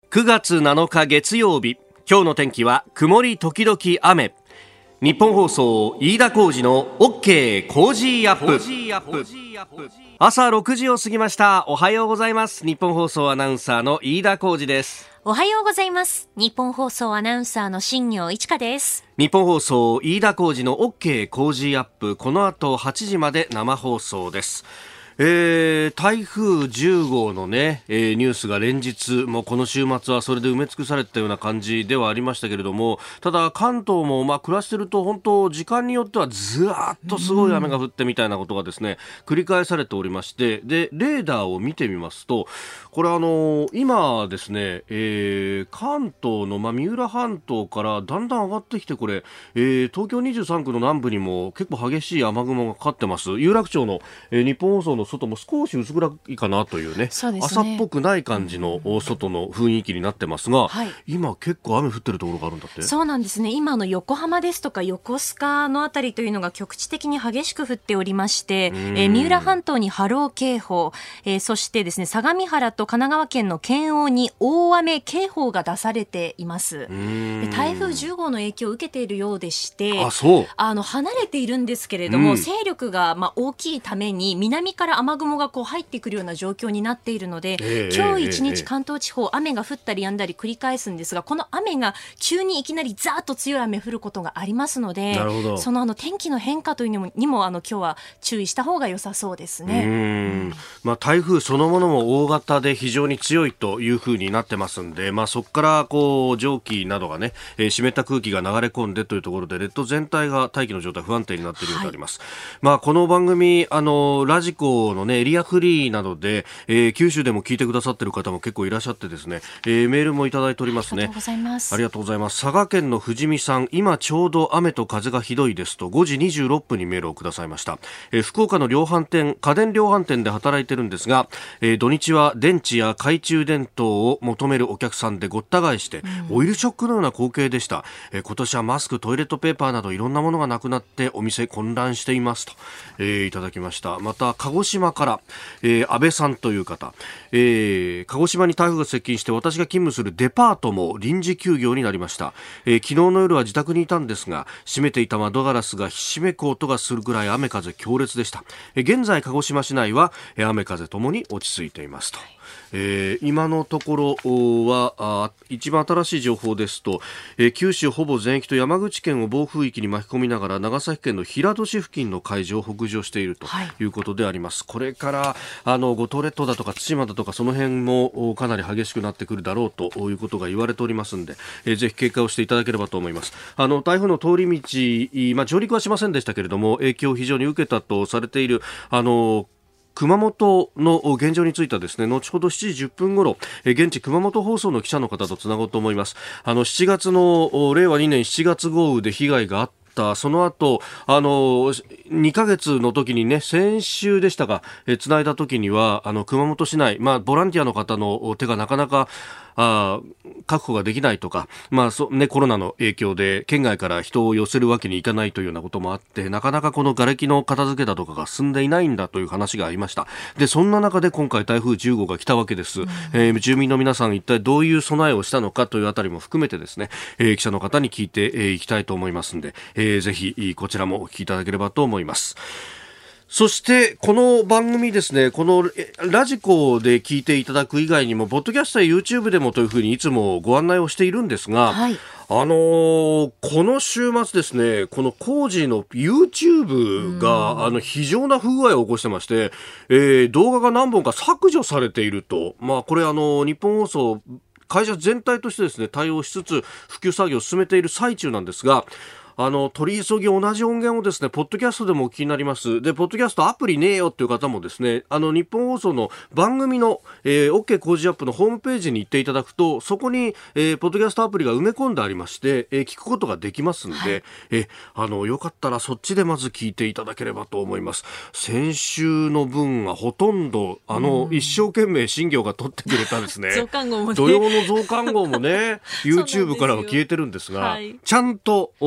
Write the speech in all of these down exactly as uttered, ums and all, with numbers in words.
くがつなのか月曜日、今日の天気は曇り時々雨。日本放送飯田浩司の OK コージーアップ。朝ろくじを過ぎました。おはようございます。日本放送アナウンサーの飯田浩司です。 おはようございます。日本放送アナウンサーの新業一華です。 日本放送飯田浩司の OK コージーアップ、この後はちじまで生放送です。えー、台風じゅうごうのね、えー、ニュースが連日もうこの週末はそれで埋め尽くされたような感じではありましたけれども、ただ関東もまあ暮らしてると本当時間によってはずらっとすごい雨が降ってみたいなことがですね繰り返されておりまして、でレーダーを見てみますと、これあのー、今ですね、えー、関東の、まあ、三浦半島からだんだん上がってきて、これ、えー、東京にじゅうさんくの南部にも結構激しい雨雲がかかってます。有楽町の、えー、日本放送の外も少し薄暗いかなというね、 そうですね、 朝っぽくない感じの外の雰囲気になってますが、 はい、 今結構雨降ってるところがあるんだって。 そうなんですね。今の横浜ですとか横須賀のあたりというのが局地的に激しく降っておりまして、えー、三浦半島に波浪警報、えー、そしてですね相模原と神奈川県の県央に大雨警報が出されています。台風じゅうごうの影響を受けているようでして、 あ、そう、 あの離れているんですけれども、 うん、 勢力がまあ大きいために南から雨雲がこう入ってくるような状況になっているので、えー、今日一日関東地方、えー、雨が降ったり止んだり繰り返すんですが、この雨が急にいきなりザーッと強い雨降ることがありますので、そのあの天気の変化というのもにもあの今日は注意した方が良さそうですね。 うーん、まあ、台風そのものも大型で非常に強いという風になってますんで、まあ、そこからこう蒸気などがね、えー、湿った空気が流れ込んでというところで列島全体が大気の状態不安定になっているようであります。はい、まあ、この番組あのラジコの、ね、エリアフリーなどで、えー、九州でも聞いてくださっている方も結構いらっしゃってですね、えー、メールもいただいておりますね。 ありがとうございます。 ありがとうございます。佐賀県の藤見さん、今ちょうど雨と風がひどいですとごじにじゅうろっぷんにメールをくださいました。えー、福岡の量販店、家電量販店で働いてるんですが、えー、土日は電池や懐中電灯を求めるお客さんでごった返して、うん、オイルショックのような光景でした。えー、今年はマスク、トイレットペーパーなどいろんなものがなくなってお店混乱していますと、えー、いただきました。また鹿児島から、えー、安倍さんという方、えー、鹿児島に台風が接近して私が勤務するデパートも臨時休業になりました。えー、昨日の夜は自宅にいたんですが、閉めていた窓ガラスがひしめく音がするぐらい雨風強烈でした。えー、現在鹿児島市内は、えー、雨風ともに落ち着いていますと。えー、今のところはあ一番新しい情報ですと、えー、九州ほぼ全域と山口県を暴風域に巻き込みながら長崎県の平戸市付近の海上を北上しているということであります。はい、これからあの五島列島だとか対馬だとかその辺もかなり激しくなってくるだろうということが言われておりますので、えー、ぜひ警戒をしていただければと思います。あの台風の通り道、まあ、上陸はしませんでしたけれども影響を非常に受けたとされているあの熊本の現状についてはですね、後ほどしちじじゅっぷん頃、現地熊本放送の記者の方とつなごうと思います。あのしちがつのれいわにねんしちがつ豪雨で被害があったその後あのにかげつの時にね、先週でしたが、えつないだ時にはあの熊本市内、まあ、ボランティアの方の手がなかなかあ確保ができないとか、まあそね、コロナの影響で県外から人を寄せるわけにいかないというようなこともあって、なかなかこの瓦礫の片付けだとかが進んでいないんだという話がありました。でそんな中で今回台風じゅうごが来たわけです。うん、えー、住民の皆さん一体どういう備えをしたのかというあたりも含めてですね、えー、記者の方に聞いてい、えー、きたいと思いますので、えー、ぜひこちらもお聞きいただければと思います。そしてこの番組ですね、このラジコで聞いていただく以外にもポッドキャストや YouTube でもというふうにいつもご案内をしているんですが、はい、あのー、この週末ですね、このコージーの YouTube があの非常な不具合を起こしてまして、えー、動画が何本か削除されていると。まあこれあの日本放送会社全体としてですね対応しつつ普及作業を進めている最中なんですが、あの取り急ぎ同じ音源をですねポッドキャストでもお聞きになります。でポッドキャストアプリねえよっていう方もですね、あの日本放送の番組の、えー、OK 工事アップのホームページに行っていただくと、そこに、えー、ポッドキャストアプリが埋め込んでありまして、えー、聞くことができますんで、はい、えあのよかったらそっちでまず聞いていただければと思います。先週の分がほとんどあの、うん、一生懸命新業が取ってくれたですね増刊号もね、 土曜の増刊号もねYouTube からは消えてるんですが、はい、ちゃんとそれも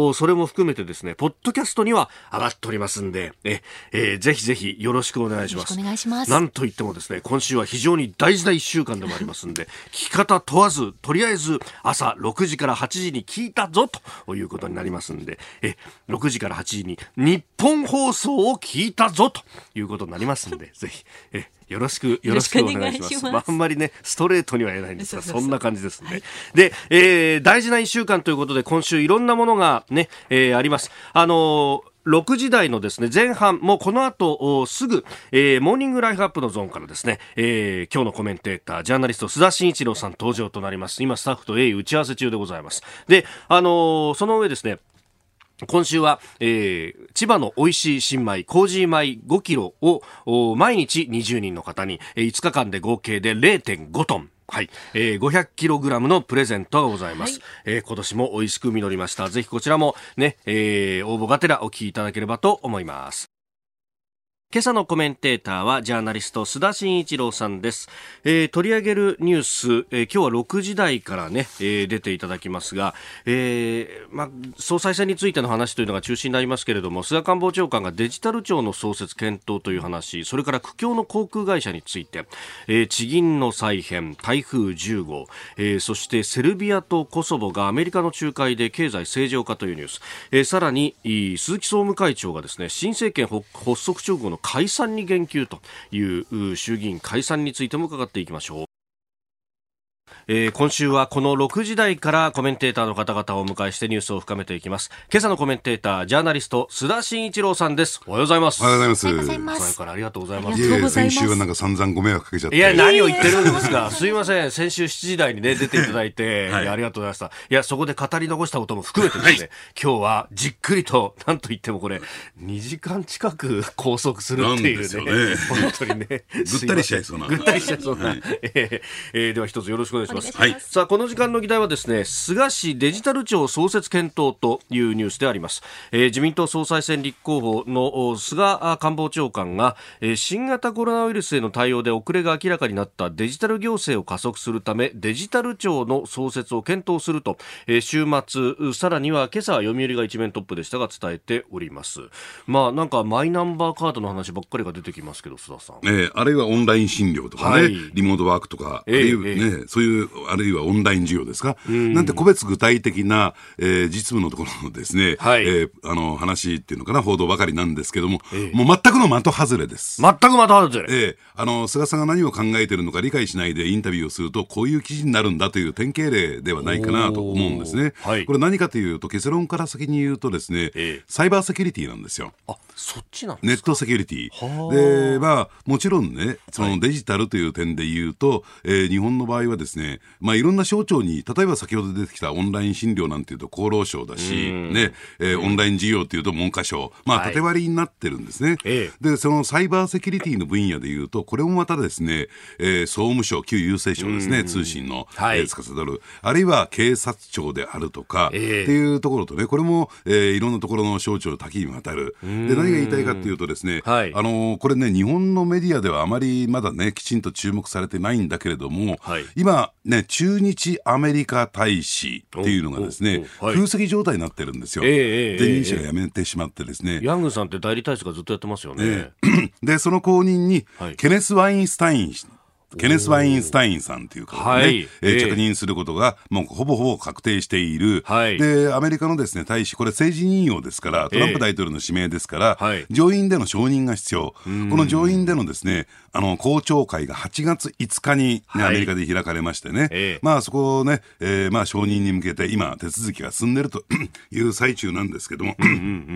も含めてですね、ポッドキャストには上がっておりますんで、え、えー、ぜひぜひよろしくお願いします。 よろしくお願いします。 なんといってもですね、今週は非常に大事ないっしゅうかんでもありますんで、聞き方問わず、とりあえず朝ろくじからはちじに聞いたぞということになりますんで、え、ろくじからはちじに日本放送を聞いたぞということになりますんで、ぜひ、え、よろしくよろしくお願いします。まあ、あんまりねストレートには言えないんですが、そんな感じですね。はい、で、えー、大事ないっしゅうかんということで、今週いろんなものがね、えー、あります。あのーろくじ台のですね前半もうこの後すぐ、えー、モーニングライフアップのゾーンからですね、えー、今日のコメンテータージャーナリスト須田慎一郎さん登場となります。今スタッフと鋭意打ち合わせ中でございます。で、あのー、その上ですね、今週は、えー、千葉の美味しい新米麹米ごキロを毎日にじゅうにんの方にいつかかんで合計で れいてんごトン、はい、えー、ごひゃくキログラムのプレゼントがございます。はい、えー、今年も美味しく実りました。ぜひこちらもね、えー、応募がてらお聞きいただければと思います。今朝のコメンテーターはジャーナリスト須田慎一郎さんです。えー、取り上げるニュース、えー、今日はろくじ台からね、えー、出ていただきますが、えーま、総裁選についての話というのが中心になりますけれども、菅官房長官がデジタル庁の創設検討という話、それから苦境の航空会社について、えー、地銀の再編、台風じゅうごう、えー、そしてセルビアとコソボがアメリカの仲介で経済正常化というニュース、えー、さらに鈴木総務会長がですね、新政権発足直後の解散に言及という衆議院解散についても伺っていきましょう。えー、今週はこのろくじ台からコメンテーターの方々をお迎えしてニュースを深めていきます。今朝のコメンテータージャーナリスト須田慎一郎さんです。おはようございます。 おはようございます。 それからありがとうございます。 いやいや、先週はなんか散々ご迷惑かけちゃって、 いや何を言ってるんですか。すいません、先週しちじ台にね出ていただいて、はい、いやありがとうございました。いやそこで語り残したことも含めてですね、はい、今日はじっくりとなんといってもこれにじかん近く拘束するっていうね、本当にねぐったりしちゃいそうなぐったりしちゃいそうな、はい、えーえー、では一つよろしくお願いします。 はい、 さあこの時間の議題はですね、菅氏デジタル庁創設検討というニュースであります。えー、自民党総裁選立候補の菅官房長官が、えー、新型コロナウイルスへの対応で遅れが明らかになったデジタル行政を加速するためデジタル庁の創設を検討すると、えー、週末さらには今朝読売が一面トップでしたが伝えております。まあなんかマイナンバーカードの話ばっかりが出てきますけど、須田さん、 えー、あるいはオンライン診療とかね、はい、リモートワークとか、えー、あるいはね、えー、そういうあるいはオンライン授業ですか、なんて個別具体的な、えー、実務のところのですね、はい、えー、あの話っていうのかな、報道ばかりなんですけども、えー、もう全くの的外れです。 全く的外れ。 えー、あの菅さんが何を考えているのか理解しないでインタビューをするとこういう記事になるんだという典型例ではないかなと思うんですね。はい、これ何かというと、結論から先に言うとですね、えー、サイバーセキュリティなんですよ。 あ、そっちなんですか。 ネットセキュリティで、まあ、もちろんね、そのデジタルという点で言うと、はい、えー、日本の場合はですね、まあ、いろんな省庁に、例えば先ほど出てきたオンライン診療なんていうと厚労省だし、ね、えー、オンライン事業っていうと文科省、まあ、縦割りになってるんですね。はい、で、そのサイバーセキュリティの分野で言うと、これもまたですね、えー、総務省、旧郵政省ですね、通信の、はい、えー、司る、あるいは警察庁であるとか、えー、っていうところとね、これも、えー、いろんなところの省庁多岐にわたる。で、何が言いたいかっていうとですね、はい、あのー、これね、日本のメディアではあまりまだね、きちんと注目されてないんだけれども、はい、今ね、駐日アメリカ大使っていうのがですね、はい、空席状態になってるんですよ。えー、前任者が辞めてしまってですね、 ヤングさんって代理大使がずっとやってますよね。 えー、で、その後任に、はい、ケネス・ワインスタインケネス・ワインスタインさんという方がね、はい、えー、着任することがもうほぼほぼ確定している、はい、でアメリカのですね大使、これ政治任用ですから、トランプ大統領の指名ですから、えーはい、上院での承認が必要。この上院でのですねあの公聴会がはちがついつかに、ね、アメリカで開かれましてね、えー、まあそこをね、えー、まあ承認に向けて今手続きが進んでいるという最中なんですけどもうんうん、うん、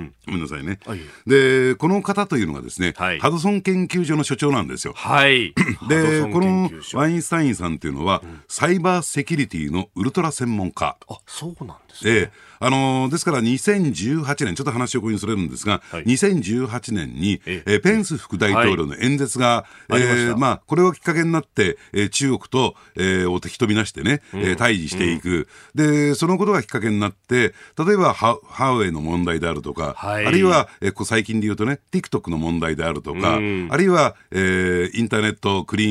ごめんなさいね、はい、でこの方というのがですね、はい、ハドソン研究所の所長なんですよ。はい、でこのワインスタインさんっていうのは、うん、サイバーセキュリティのウルトラ専門家。 あ、そうなんですね。 えーあのー、ですからにせんじゅうはちねん、ちょっと話をここにそれるんですが、はい、にせんじゅうはちねんに、ええー、ペンス副大統領の演説が、はい、えー、まあ、これをきっかけになって、えー、中国と、えー、を敵とみなしてね、うん、えー、対峙していく、うん、でそのことがきっかけになって、例えばハ、ハウェイの問題であるとか、はい、あるいは、えー、最近で言うとね TikTok の問題であるとか、うん、あるいは、えー、インターネットクリーン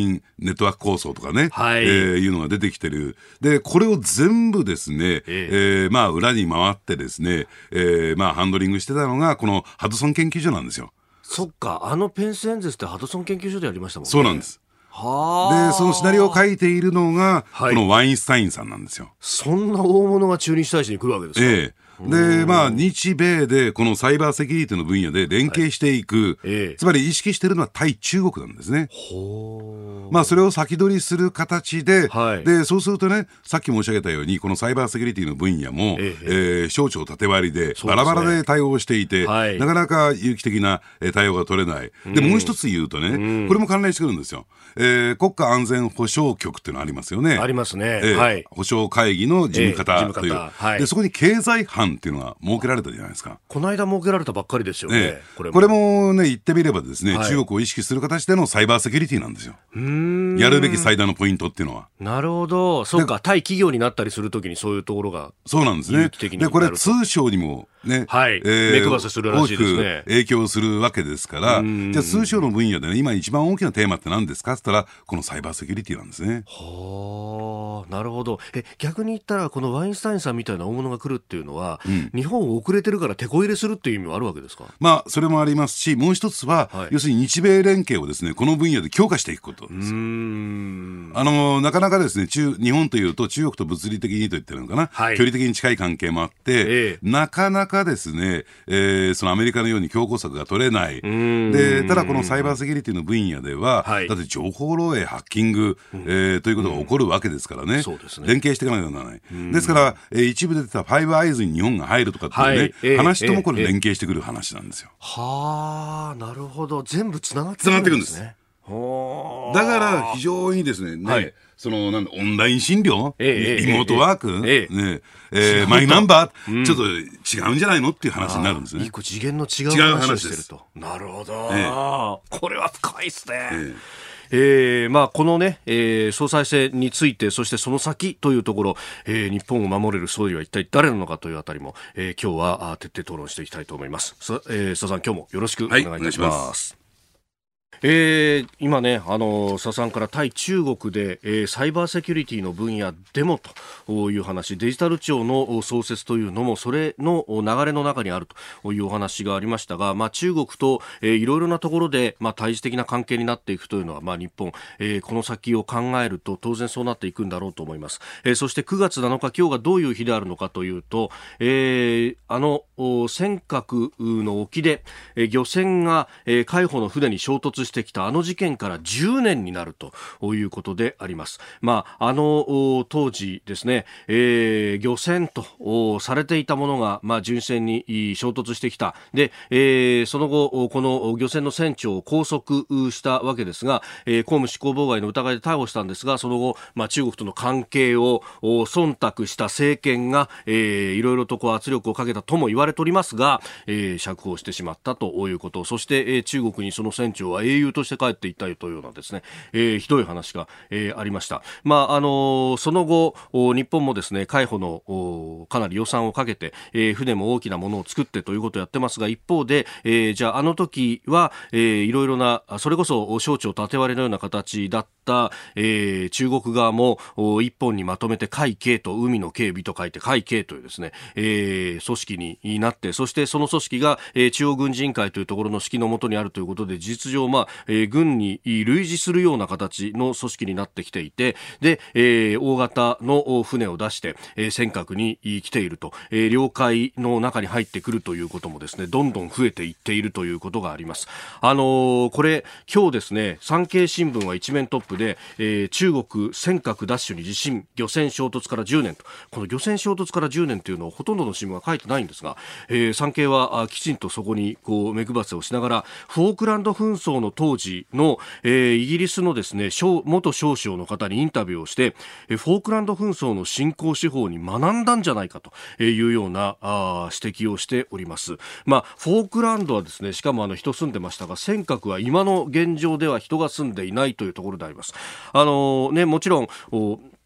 ネットワーク構想とかね、 はい、 えー、いうのが出てきてる。で、これを全部ですね、えーえー、まあ裏に回ってですね、えー、まあハンドリングしてたのがこのハドソン研究所なんですよ。 そっか、あのペンス演説ってハドソン研究所でやりましたもんね。 そうなんです。 はで、そのシナリオを書いているのが、 はい、 このワインスタインさんなんですよ。 そんな大物が駐日大使に来るわけですか。 ええで、まあ、日米でこのサイバーセキュリティの分野で連携していく、はいええ、つまり意識しているのは対中国なんですね。 ほまあ、それを先取りする形で、 はい、 で、そうするとね、さっき申し上げたように、このサイバーセキュリティの分野も、えええー、省庁縦割りで、バラバラで対応していて、はい、なかなか有機的な対応が取れない。で、もう一つ言うとね、うん、これも関連してくるんですよ。えー、国家安全保障局っていうのありますよね。 ありますね。 えーはい、 保障会議の事務方という、えーはい、で、そこに経済班っていうのが設けられたじゃないですか。 この間設けられたばっかりですよね。 えー、これも、これもね、言ってみればですね、はい、中国を意識する形でのサイバーセキュリティなんですよ。うーんやるべき最大のポイントっていうのは。 なるほど。そうか、対企業になったりするときにそういうところが。 そうなんですね。で、これ通商にもね、 はい、えー、目配せするらしいですね。 大きく影響するわけですから、じゃあ通商の分野でね、今一番大きなテーマって何ですかって言ったら、このサイバーセキュリティなんですね。 はあ、なるほど。え、逆に言ったら、このワインスタインさんみたいな大物が来るっていうのは、うん、日本遅れてるから手こ入れするっていう意味はあるわけですか。 まあ、それもありますし、もう一つは、はい、要するに日米連携をですね、この分野で強化していくことです。うーんあの、なかなかですね、中、日本というと中国と物理的にと言ってるのかな、はい、距離的に近い関係もあって、ええ、なかなかですね、えー、そのアメリカのように強硬策が取れない。で、ただこのサイバーセキュリティの分野では、はい、だって情報漏洩、ハッキング、うんえー、ということが起こるわけですからね。そうですね。連携していかなきゃならない。ですから、えー、一部で出たファイブアイズに日本が入るとかっていうね、はいえー、話ともこれ連携してくる話なんですよ。 えーえー、はあ、なるほど。全部つながってくるんですね。だから非常にですね、ねはい、そのなんだオンライン診療、ええ、リモートワーク、ええねえー、マイナンバー、うん、ちょっと違うんじゃないのっていう話になるんですね。 一個次元の違う話をしてると。なるほど、ええ、これは深いですね。えええーまあ、このね、えー、総裁選について、そしてその先というところ、えー、日本を守れる総理は一体誰なのかというあたりも、えー、今日は徹底討論していきたいと思います。さ、えー、佐さん、今日もよろしくお願いいたします。はい、お願いします。えー、今ね、あの佐さんから対中国で、えー、サイバーセキュリティの分野でもという話、デジタル庁の創設というのもそれの流れの中にあるというお話がありましたが、まあ、中国と、えー、いろいろなところで、まあ、対峙的な関係になっていくというのは、まあ、日本、えー、この先を考えると当然そうなっていくんだろうと思います。えー、そしてくがつなのか、今日がどういう日であるのかというと、えー、あの尖閣の沖で、えー、漁船が、えー、海保の船に衝突してきたあの事件からじゅうねんになるということであります。まあ、あの当時ですね、えー、漁船とされていたものが、まあ、巡視船に衝突してきた。で、えー、その後この漁船の船長を拘束したわけですが、えー、公務執行妨害の疑いで逮捕したんですが、その後、まあ、中国との関係を忖度した政権が、えー、いろいろとこう圧力をかけたとも言われておりますが、えー、釈放してしまったということ。そして、えー、中国にその船長は英雄として帰っていったというようなですね、えー、ひどい話が、えー、ありました。まああのー、その後日本もですね、海保のかなり予算をかけて、えー、船も大きなものを作ってということをやってますが、一方で、えー、じゃああの時は、えー、いろいろなそれこそ省庁縦割りのような形だった、えー、中国側も一本にまとめて海警と海の警備と書いて海警というですね、えー、組織になって、そしてその組織が、えー、中央軍事委員会というところの指揮の下にあるということで、事実上、まあえー、軍に類似するような形の組織になってきていて、で、えー、大型の船を出して、えー、尖閣に来ていると、えー、領海の中に入ってくるということもですね、どんどん増えていっているということがあります。あのー、これ今日ですね、産経新聞は一面トップで、えー、中国尖閣奪取に自信、漁船衝突からじゅうねんと、この漁船衝突からじゅうねんというのをほとんどの新聞は書いてないんですが、えー、産経はきちんとそこにこう目配せをしながら、フォークランド紛争の当時の、えー、イギリスのですね、元少将の方にインタビューをして、フォークランド紛争の進行手法に学んだんじゃないかというようなあ指摘をしております。まあ、フォークランドはですね、しかもあの人住んでましたが、尖閣は今の現状では人が住んでいないというところであります。あのー、ね、もちろん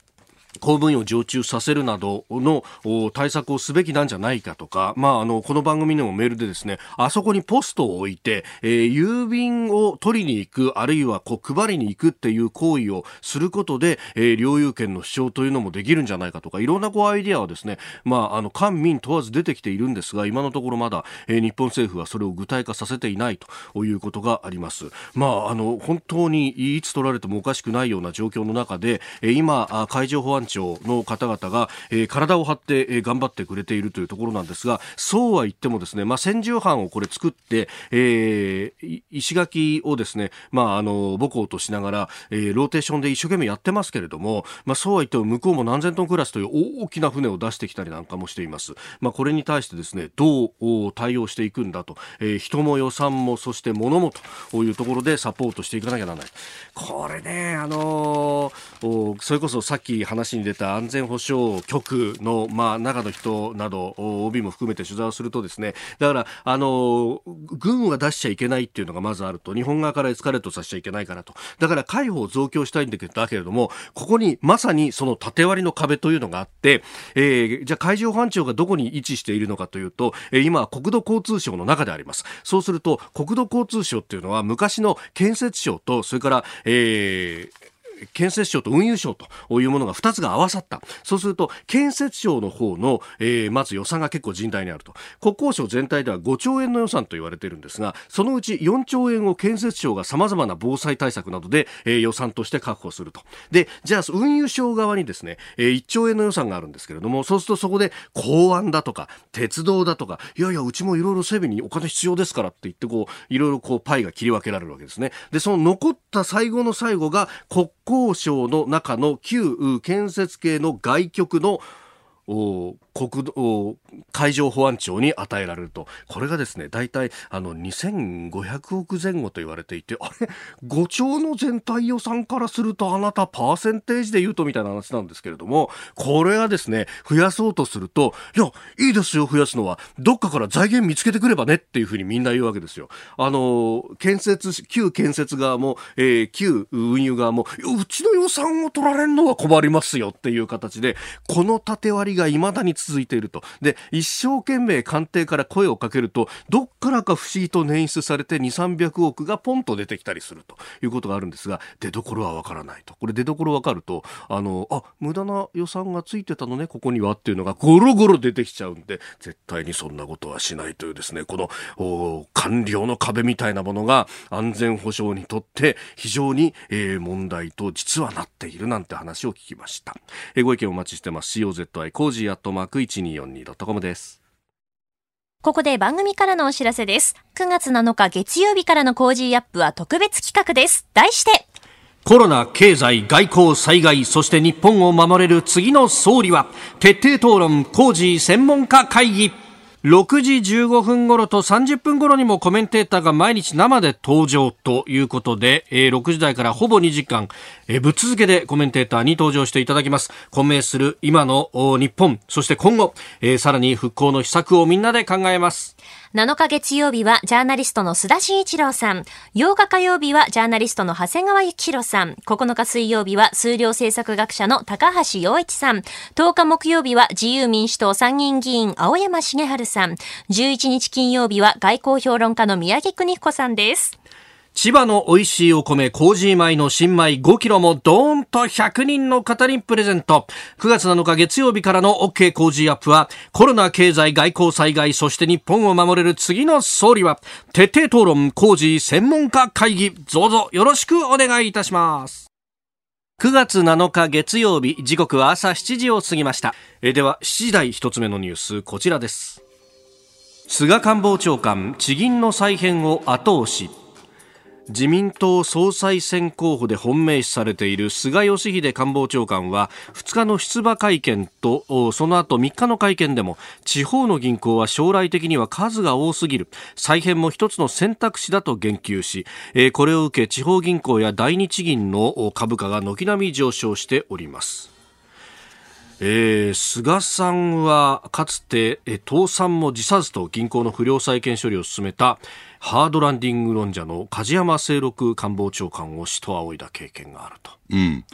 公文を常駐させるなどの対策をすべきなんじゃないかとか、まあ、あのこの番組でもメールでですね、あそこにポストを置いて、えー、郵便を取りに行く、あるいはこう配りに行くっていう行為をすることで、えー、領有権の主張というのもできるんじゃないかとか、いろんなこうアイデアはですね、まあ、あの官民問わず出てきているんですが、今のところまだ、えー、日本政府はそれを具体化させていないということがあります。まあ、あの本当にいつ取られてもおかしくないような状況の中で、えー、今海上保安庁の方々が、えー、体を張って、えー、頑張ってくれているというところなんですが、そうは言ってもですね、まあ、先住班をこれ作って、えー、石垣をですね、まあ、あの母港としながら、えー、ローテーションで一生懸命やってますけれども、まあ、そうは言っても向こうも何千トンクラスという大きな船を出してきたりなんかもしています。まあ、これに対してですね、どう対応していくんだと、えー、人も予算もそして物もというところでサポートしていかなきゃならない。これね、あのー、それこそさっき話に出た安全保障局の、まあ、中の人など オービー も含めて取材をするとですね、だから、あの軍は出しちゃいけないっていうのがまずあると、日本側からエスカレートさせちゃいけないからと、だから海保を増強したいんだけれども、ここにまさにその縦割りの壁というのがあって、えー、じゃあ海上保安庁がどこに位置しているのかというと、えー、今国土交通省の中であります。そうすると国土交通省っていうのは昔の建設省と、それから、えー建設省と運輸省というものがふたつが合わさった。そうすると建設省の方の、えー、まず予算が結構甚大にあると。国交省全体ではごちょうえんの予算と言われているんですが、そのうちよんちょうえんを建設省が様々な防災対策などで、えー、予算として確保すると。で、じゃあ運輸省側にですね、えー、いっちょうえんの予算があるんですけれども、そうするとそこで港湾だとか鉄道だとか、いやいやうちもいろいろ整備にお金必要ですからって言って、こういろいろこうパイが切り分けられるわけですね。で、その残った最後の最後が国交省の中の旧建設系の外局の国土海上保安庁に与えられると。これがですね、大体あのにせんごひゃくおくぜん後と言われていて、あれごちょうの全体予算からするとあなたパーセンテージで言うとみたいな話なんですけれども、これはですね、増やそうとすると、いやいいですよ、増やすのはどっかから財源見つけてくればねっていうふうにみんな言うわけですよ。あの建設旧建設側も、えー、旧運輸側も、うちの予算を取られるのは困りますよっていう形で、この縦割りが未だに続いていると。で、一生懸命官邸から声をかけると、どっからか不思議と捻出されてにせんさんびゃくおくがポンと出てきたりするということがあるんですが、出どころはわからないと。これ出どころわかると、あのあ無駄な予算がついてたのねここにはっていうのがゴロゴロ出てきちゃうんで、絶対にそんなことはしないというですね、この官僚の壁みたいなものが安全保障にとって非常に、えー、問題と実はなっているなんて話を聞きました。えー、ご意見お待ちしてます。 シーオーゼットアイ コージーアットマーク いちにーよんにードットコム です。 ここで番組からのお知らせです。くがつなのか月曜日からのコージーアップは特別企画です。題して、 コロナ、経済、外交、災害、そして日本を守れる次の総理は、徹底討論コージー専門家会議。ろくじじゅうごふん頃とさんじゅっぷん頃にもコメンテーターが毎日生で登場ということで、えー、ろくじ台からほぼにじかん、えー、ぶっ続けでコメンテーターに登場していただきます。混迷する今の日本、そして今後、えー、さらに復興の秘策をみんなで考えます。 なのか月曜日はジャーナリストの須田慎一郎さん、ようか火曜日はジャーナリストの長谷川幸宏さん、ここのか水曜日は数量政策学者の高橋洋一さん、とおか木曜日は自由民主党参議院議員青山茂春さん、じゅういちにち金曜日は外交評論家の宮城邦彦さんです。 千葉の美味しいお米コージー米の新米ごキロもドーンとひゃくにんの方にプレゼント。くがつなのか月曜日からの OK コージーアップは、コロナ、経済、外交、災害、そして日本を守れる次の総理は、徹底討論コージー専門家会議。どうぞよろしくお願いいたします。くがつなのか月曜日、時刻は朝しちじを過ぎました。えではしちじ台一つ目のニュース、こちらです。菅官房長官、地銀の再編を後押し。自民党総裁選候補で本命視されている菅義偉官房長官はふつかの出馬会見とその後みっかの会見でも、地方の銀行は将来的には数が多すぎる、再編も一つの選択肢だと言及し、これを受け地方銀行や第二地銀の株価が軒並み上昇しております。えー、菅さんはかつて倒産も辞さずと銀行の不良債権処理を進めたハードランディング論者の梶山清六官房長官を師と仰いだ経験があると、 うん、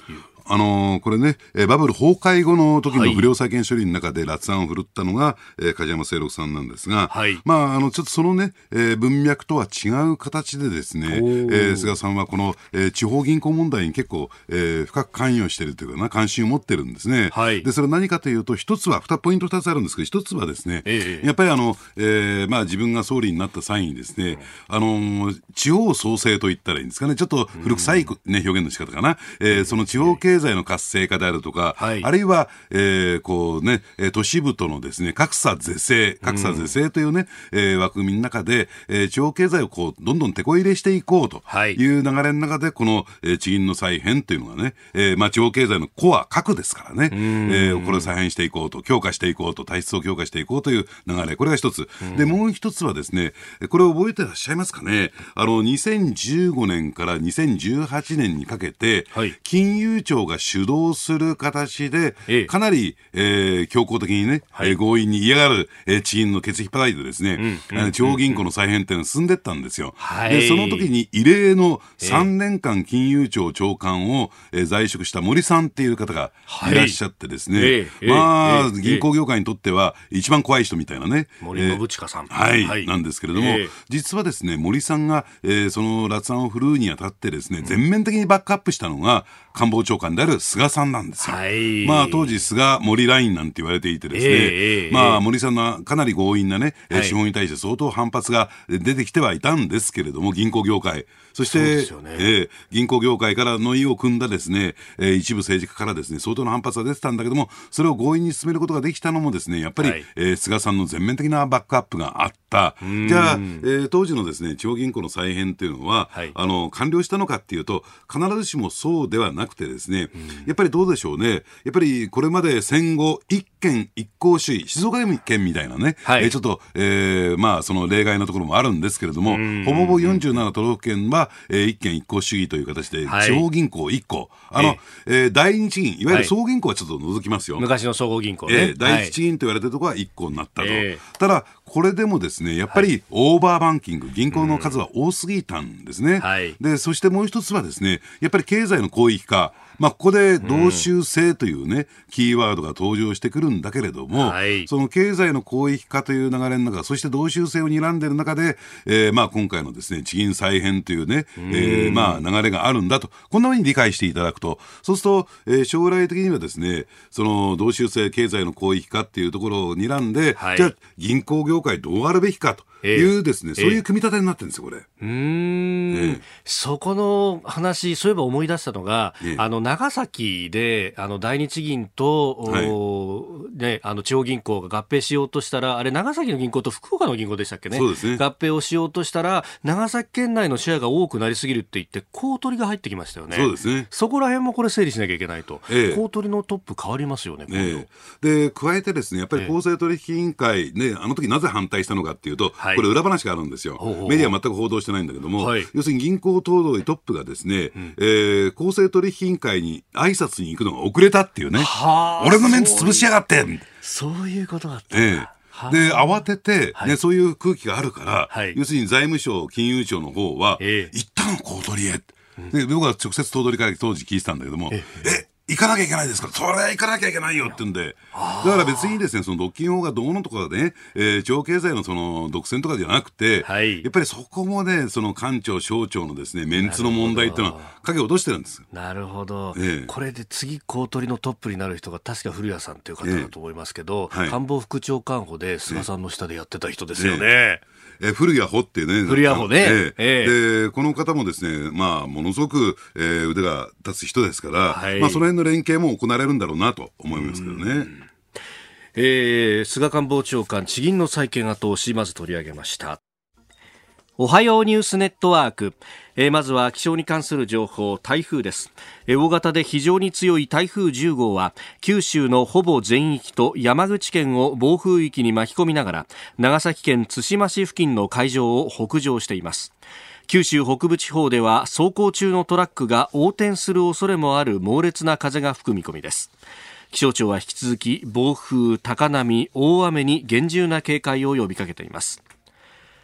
あのー、これね、バブル崩壊後の時の不良債権処理の中で辣腕を振るったのが、えー、梶山清六さんなんですが、はい、まあ、あの、ちょっとそのね、えー、文脈とは違う形でですね、えー、菅さんはこの、えー、地方銀行問題に結構、えー、深く関与しているというかな、関心を持ってるんですね。はい、で、それは何かというと、一つは、二ポイント二つあるんですけど、一つはですね、えー、やっぱりあの、えー、まあ、自分が総理になった際にですね、あのー、地方創生と言ったらいいんですかね、ちょっと古臭い、ね、表現の仕方かな、えー、その地方経済の活性化であるとか、はい、あるいは、えー、こうね、都市部とのですね、格差是正、格差是正というね、うん、えー、枠組みの中で、えー、地方経済をこう、どんどん手こ入れしていこうという流れの中で、この、えー、地銀の再編というのがね、えー、まあ、地方経済のコア、核ですからね、えー、これを再編していこうと、強化していこうと、体質を強化していこうという流れ、これが一つ。で、もう一つはですね、これを覚えてらっしゃいますかね、あの、にせんじゅうごねんからにせんじゅうはちねんにかけて、はい、金融庁が主導する形で、ええ、かなり、えー、強硬的にね、はい、強引に嫌がる、えー、地銀のケツ引っ張りでですね、うんうん、地方銀行の再編っていうのが進んでったんですよ。はい、で、その時に異例のさんねんかん金融庁長官を、えー、在職した森さんっていう方がいらっしゃってですね、はい、まあ、えー、銀行業界にとっては一番怖い人みたいなね。 森信親さん。 えー、はい、はい、なんですけれども、えー、実はですね、森さんが、えー、その辣腕を振るうにあたってですね、全面的にバックアップしたのが官房長官である菅さんなんですよ。はい、まあ当時菅森ラインなんて言われていてですね、えー、まあ森さんのかなり強引なね、はい、資本に対して相当反発が出てきてはいたんですけれども、銀行業界、そして、ねえー、銀行業界からの意を組んだですね、えー、一部政治家からですね、相当な反発が出てたんだけども、それを強引に進めることができたのもですね、やっぱり、はい、えー、菅さんの全面的なバックアップがあった。じゃあ、えー、当時のですね、地方銀行の再編というのは、はい、あの完了したのかっていうと、必ずしもそうではなくてですね、やっぱりどうでしょうね、やっぱりこれまで戦後一県一行主義、静岡県みたいなね、はい、えー、ちょっと、えー、まあその例外のところもあるんですけれども、ほぼほぼよんじゅうなな都道府県は、えー、一県一行主義という形で、はい、地方銀行いっこ、あの、えー、第二地銀、いわゆる総銀行はちょっと除きますよ。 昔の総合銀行ね。 えー、第一地銀と言われてるところはいっこになったと。えー、ただ、これでもですね、やっぱりオーバーバンキング、銀行の数は多すぎたんですね。はい、で、そしてもう一つはですね、やっぱり経済の広域化。まあ、ここで同州制というね、うん、キーワードが登場してくるんだけれども、はい、その経済の広域化という流れの中、そして同州制を睨んでいる中で、えー、まあ今回のですね、地銀再編というね、うん、えー、まあ流れがあるんだと、こんなふうに理解していただくと、そうすると、えー、将来的にはですね、その同州制経済の広域化っていうところを睨んで、はい、じゃあ銀行業界どうあるべきかと。いうですね、えー、そういう組み立てになってるんですよ、これ。 うーん、えー、そこの話、そういえば思い出したのが、えー、あの長崎であの大日銀と、はいね、あの地方銀行が合併しようとしたら、あれ長崎の銀行と福岡の銀行でしたっけね。 そうですね。 合併をしようとしたら、長崎県内のシェアが多くなりすぎるって言って、公取が入ってきましたよね。 そうですね。 そこら辺もこれ整理しなきゃいけないと。えー、公取のトップ変わりますよね、今度。えー、で、加えてですね、やっぱり公正取引委員会、ね、あの時なぜ反対したのかっていうと、はい、これ裏話があるんですよ。ほうほうほう、メディアは全く報道してないんだけども、はい、要するに銀行頭取トップがですね、うん、えー、公正取引委員会に挨拶に行くのが遅れたっていうね、俺のメンツ潰しやがって、 そういうことだったんだ。 えー、で慌てて、ね、はい、そういう空気があるから、はい、要するに財務省金融庁の方は、えー、行ったの公取へ、うん、で僕は直接頭取から当時聞いてたんだけども、ええ行かなきゃいけないですから、それは行かなきゃいけないよって言うんで、だから別にですね、その独禁法がどうのとかね、えー、地方経済のその独占とかじゃなくて、はい、やっぱりそこもね、その官庁省庁のですね、メンツの問題っていうのは影を落としてるんです。 なるほど。ええ、これで次公取のトップになる人が確か古谷さんという方だと思いますけど、ええ、はい、官房副長官補で菅さんの下でやってた人ですよね。えええ古谷穂っていうね、 古谷穂ね、えええでこの方もですね、まあ、ものすごく、えー、腕が立つ人ですから、はい、まあ、その辺の連携も行われるんだろうなと思いますけどね。 えー、菅官房長官、地銀の再建後押し、まず取り上げました。おはようニュースネットワーク、えー、まずは気象に関する情報、台風です。えー、大型で非常に強い台風じゅう号は九州のほぼ全域と山口県を暴風域に巻き込みながら長崎県対馬市付近の海上を北上しています。九州北部地方では走行中のトラックが横転する恐れもある猛烈な風が吹く見込みです。気象庁は引き続き暴風、高波、大雨に厳重な警戒を呼びかけています。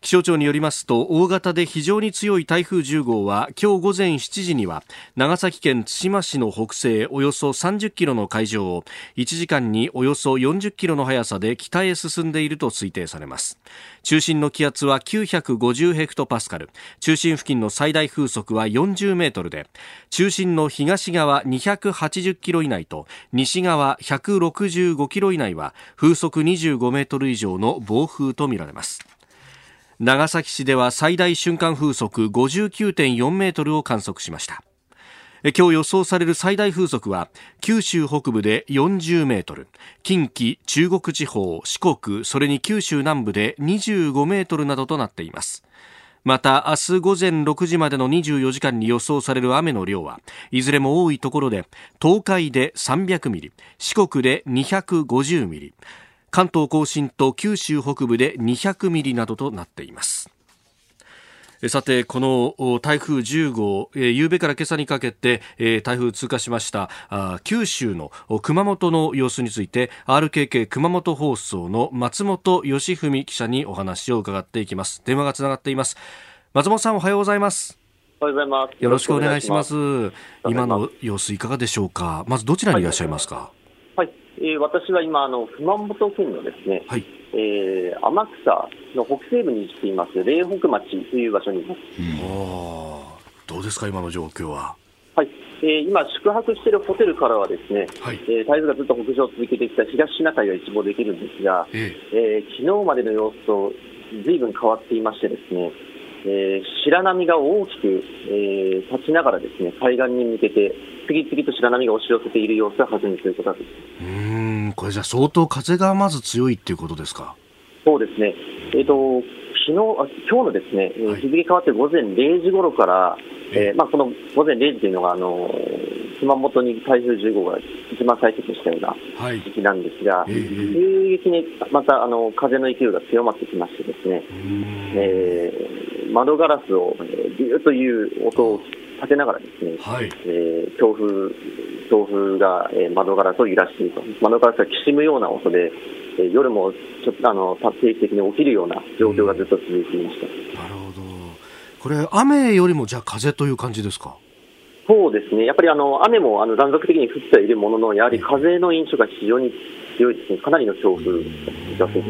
気象庁によりますと、大型で非常に強い台風じゅう号は今日午前しちじには長崎県対馬市の北西およそさんじゅっキロの海上をいちじかんにおよそよんじゅっキロの速さで北へ進んでいると推定されます。中心の気圧はきゅうひゃくごじゅうヘクトパスカル、中心付近の最大風速はよんじゅうメートルで、中心の東側にひゃくはちじゅっキロ以内と西側ひゃくろくじゅうごキロ以内は風速にじゅうごメートル以上の暴風とみられます。長崎市では最大瞬間風速 ごじゅうきゅうてんよんメートルを観測しました。今日予想される最大風速は九州北部でよんじゅうメートル、近畿、中国地方、四国、それに九州南部でにじゅうごメートルなどとなっています。また明日午前ろくじまでのにじゅうよじかんに予想される雨の量はいずれも多いところで東海でさんびゃくミリ、四国でにひゃくごじゅうミリ、関東甲信と九州北部でにひゃくミリなどとなっています。さて、この台風じゅう号、えー、夕べから今朝にかけて、えー、台風通過しましたあ九州の熊本の様子について アールケーケー 熊本放送の松本義文記者にお話を伺っていきます。電話がつながっています。松本さん、おはようございます。 おはようございます。 よろしくお願いします。今の様子いかがでしょうか。まずどちらにいらっしゃいますか。 はい、はい、えー、私は今あの熊本県のですね、はい、えー、天草の北西部に位置しています苓北町という場所にいます。うん、 あどうですか今の状況は。 はい、えー、今宿泊しているホテルからはですね、はい、えー、台風がずっと北上を続けてきた東シナ海が一望できるんですが、えーえー、昨日までの様子と随分変わっていましてですね、えー、白波が大きく、えー、立ちながらですね海岸に向けて次々と白波が押し寄せている様子が確認することができます。 うーんこれじゃ相当風がまず強いっていうことですか。 そうですね、えーと昨日あ今日のですね、はい、日付変わって午前れいじ頃から、えーまあ、この午前れいじというのがあの熊本に台風じゅう号が一番最接近したような時期なんですが、はい、急激にまたあの風の勢いが強まってきましてですね、えー、窓ガラスをビューという音を立てながらですね、はい、えー、強風強風が、えー、窓ガラスを揺らしていると、窓ガラスがきしむような音でえー、夜もちょっとあの定期的に起きるような状況がずっと続いていました。 うん、なるほど。これ雨よりもじゃあ風という感じですか。 そうですね、やっぱりあの雨もあの断続的に降ってはいるもののやはり風の印象が非常に強いですね。かなりの強風が続いています。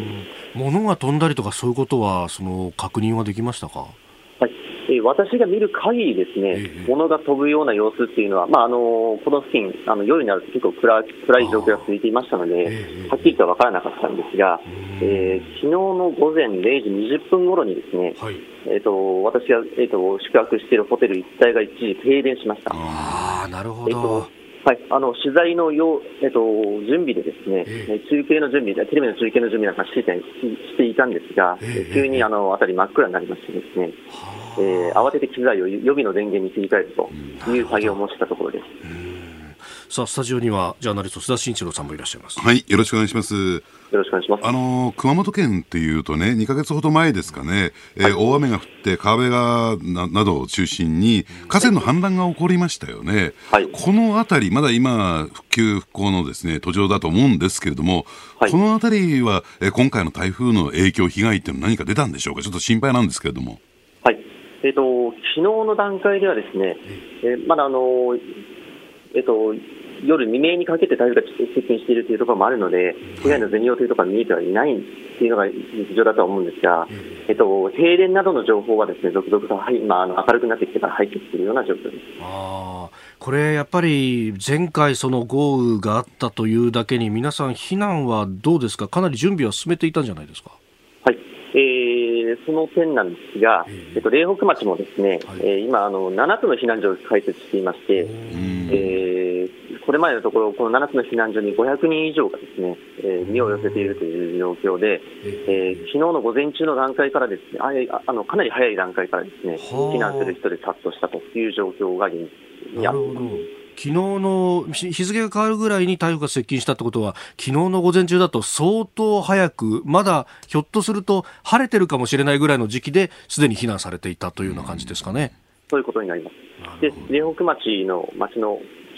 物が飛んだりとかそういうことはその確認はできましたか。 はい、えー、私が見る限りですね、えー、物が飛ぶような様子っていうのは、まあ、あのこの付近あの夜になると結構 暗, 暗い状況が続いていましたので、えー、はっきりとは分からなかったんですが、えー、昨日の午前れいじにじゅっぷん頃にですね、はい、えー、と私が、えー、と宿泊しているホテル一帯が一時停電しました。 あ、なるほど。えーとはい、あの取材のよ、えっと、準備でですね、えー、中継の準備でテレビの中継の準備なんかしていたしていたんですが、えー、急にあの辺り真っ暗になりましてですね、えー、慌てて機材を予備の電源に切り替えるという作業もしたところです。 さあスタジオにはジャーナリスト須田慎一郎さんもいらっしゃいます。 はい、よろしくお願いします。 よろしくお願いします。 あの熊本県っていうとね、にかげつほど前ですかね、えーはい、大雨が降って川辺が な, などを中心に河川の氾濫が起こりましたよね。はい、このあたりまだ今復旧復興のですね途上だと思うんですけれども、はい、このあたりは、えー、今回の台風の影響被害っていうのは何か出たんでしょうか。ちょっと心配なんですけれども。 はい、えーと、昨日の段階ではですね、えー、まだあのえっ、ー、と夜未明にかけて台風が接近しているというところもあるので、被害の全容というところが見えてはいないというのが実情だとは思うんですが、えっと、停電などの情報はですね、続々と、はい、まあ、あの明るくなってきてから入ってきているような状況です。 あ、これやっぱり前回その豪雨があったというだけに皆さん避難はどうですか。かなり準備は進めていたんじゃないですか。 はい、えー、その点なんですが、えっと、苓北町もですね、はい、えー、今あのななつの避難所を開設していまして、えーこれまでのところこのななつの避難所にごひゃくにん以上がですね、えー、身を寄せているという状況で、えー、昨日の午前中の段階からですね、ああのかなり早い段階からですね避難する人で殺到したという状況が現実にあります。 昨日の日付が変わるぐらいに台風が接近したってことは、昨日の午前中だと相当早く、まだひょっとすると晴れてるかもしれないぐらいの時期ですでに避難されていたというような感じですかね。 そういうことになります。で苓北町の町の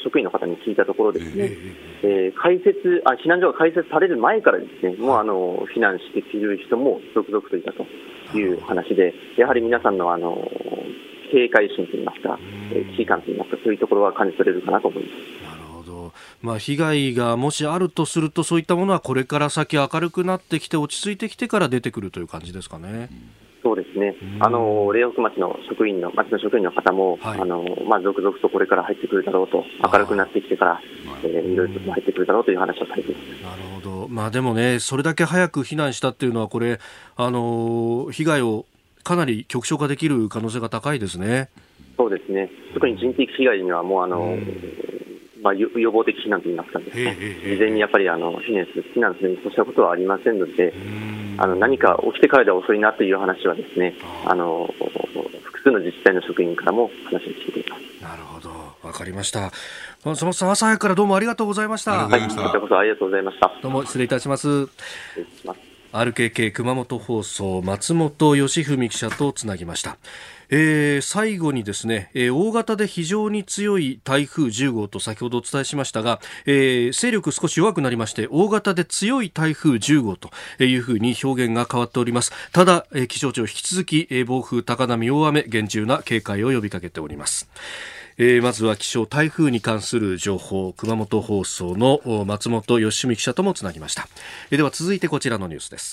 職員の方に聞いたところですね、えー、開設あ避難所が開設される前からですね、もうあの避難している人も続々といたという話で、やはり皆さんのあの警戒心といいますか、危機感といいますか、そういうところは感じ取れるかなと思います。 まあ、被害がもしあるとすると、そういったものはこれから先明るくなってきて落ち着いてきてから出てくるという感じですかね。 そうですね、あの苓北町の職員の町の職員の方も、はい、あのまあ、続々とこれから入ってくるだろうと、明るくなってきてから、えー、いろいろと入ってくるだろうという話をされています。 なるほど、まあ、でもね、それだけ早く避難したっていうのは、これ、あの被害をかなり極小化できる可能性が高いですね。 そうですね、特に人的被害にはもうあの、まあ、予防的避難といいますかですね、事前にやっぱりあの避難する避難するに越したことはありませんので、あの何か起きてからでは遅いなという話はですね、あの複数の自治体の職員からも話を聞いています。 なるほど、わかりました。松本さん、朝早くからどうもありがとうございました。 はい、こちらこそありがとうございました。 どうも失礼いたします。 失礼します。 アールケーケー 熊本放送、松本義文記者とつなぎました。えー、最後にですね、えー、大型で非常に強い台風じゅうごうと先ほどお伝えしましたが、えー、勢力少し弱くなりまして、大型で強い台風じゅうごうというふうに表現が変わっております。ただ、えー、気象庁引き続き、えー、暴風、高波、大雨、厳重な警戒を呼びかけております。えー、まずは気象台風に関する情報、熊本放送の松本義文記者ともつなぎました。えー、では続いてこちらのニュースです。